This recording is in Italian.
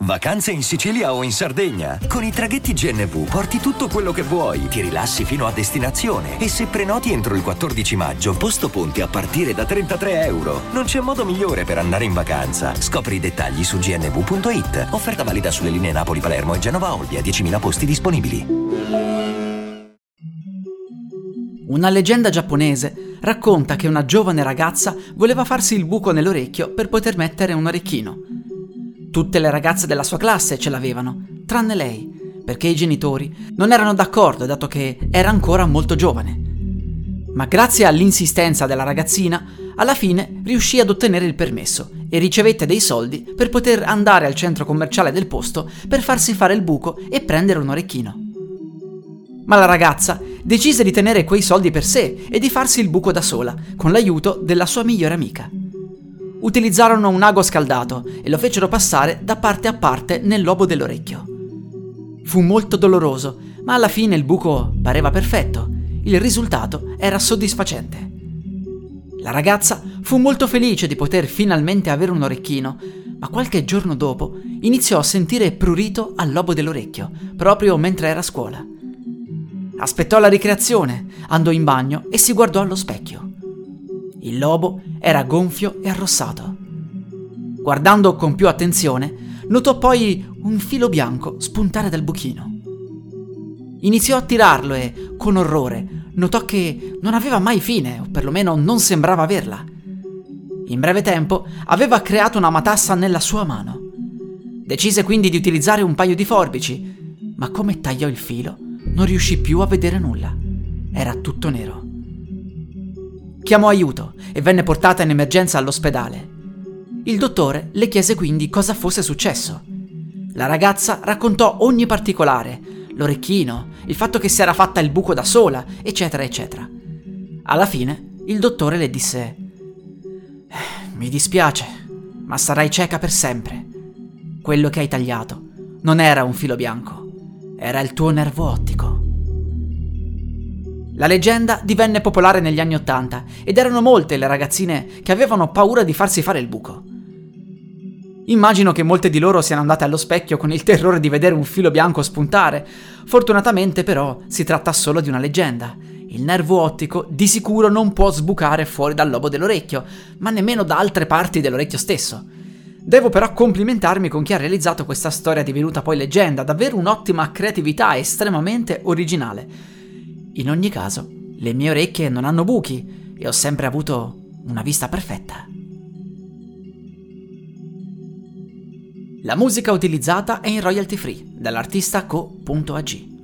Vacanze in Sicilia o in Sardegna? Con i traghetti GNV porti tutto quello che vuoi, ti rilassi fino a destinazione e se prenoti entro il 14 maggio, posto ponti a partire da €33. Non c'è modo migliore per andare in vacanza. Scopri i dettagli su gnv.it. Offerta valida sulle linee Napoli-Palermo e Genova-Olbia, 10.000 posti disponibili. Una leggenda giapponese racconta che una giovane ragazza voleva farsi il buco nell'orecchio per poter mettere un orecchino. Tutte le ragazze della sua classe ce l'avevano, tranne lei, perché i genitori non erano d'accordo dato che era ancora molto giovane. Ma grazie all'insistenza della ragazzina, alla fine riuscì ad ottenere il permesso e ricevette dei soldi per poter andare al centro commerciale del posto per farsi fare il buco e prendere un orecchino. Ma la ragazza decise di tenere quei soldi per sé e di farsi il buco da sola, con l'aiuto della sua migliore amica. Utilizzarono un ago scaldato e lo fecero passare da parte a parte nel lobo dell'orecchio. Fu molto doloroso, ma alla fine il buco pareva perfetto. Il risultato era soddisfacente. La ragazza fu molto felice di poter finalmente avere un orecchino, ma qualche giorno dopo iniziò a sentire prurito al lobo dell'orecchio, proprio mentre era a scuola. Aspettò la ricreazione, andò in bagno e si guardò allo specchio. Il lobo era gonfio e arrossato. Guardando con più attenzione, notò poi un filo bianco spuntare dal buchino. Iniziò a tirarlo e, con orrore, notò che non aveva mai fine, o perlomeno non sembrava averla. In breve tempo aveva creato una matassa nella sua mano. Decise quindi di utilizzare un paio di forbici, ma come tagliò il filo, non riuscì più a vedere nulla. Era tutto nero. Chiamò aiuto e venne portata in emergenza all'ospedale. Il dottore le chiese quindi cosa fosse successo. La ragazza raccontò ogni particolare, l'orecchino, il fatto che si era fatta il buco da sola, eccetera, eccetera. Alla fine il dottore le disse: «Mi dispiace, ma sarai cieca per sempre. Quello che hai tagliato non era un filo bianco, era il tuo nervo ottico». La leggenda divenne popolare negli anni '80 ed erano molte le ragazzine che avevano paura di farsi fare il buco. Immagino che molte di loro siano andate allo specchio con il terrore di vedere un filo bianco spuntare. Fortunatamente però si tratta solo di una leggenda. Il nervo ottico di sicuro non può sbucare fuori dal lobo dell'orecchio, ma nemmeno da altre parti dell'orecchio stesso. Devo però complimentarmi con chi ha realizzato questa storia divenuta poi leggenda, davvero un'ottima creatività estremamente originale. In ogni caso, le mie orecchie non hanno buchi e ho sempre avuto una vista perfetta. La musica utilizzata è in royalty free dall'artista co.ag.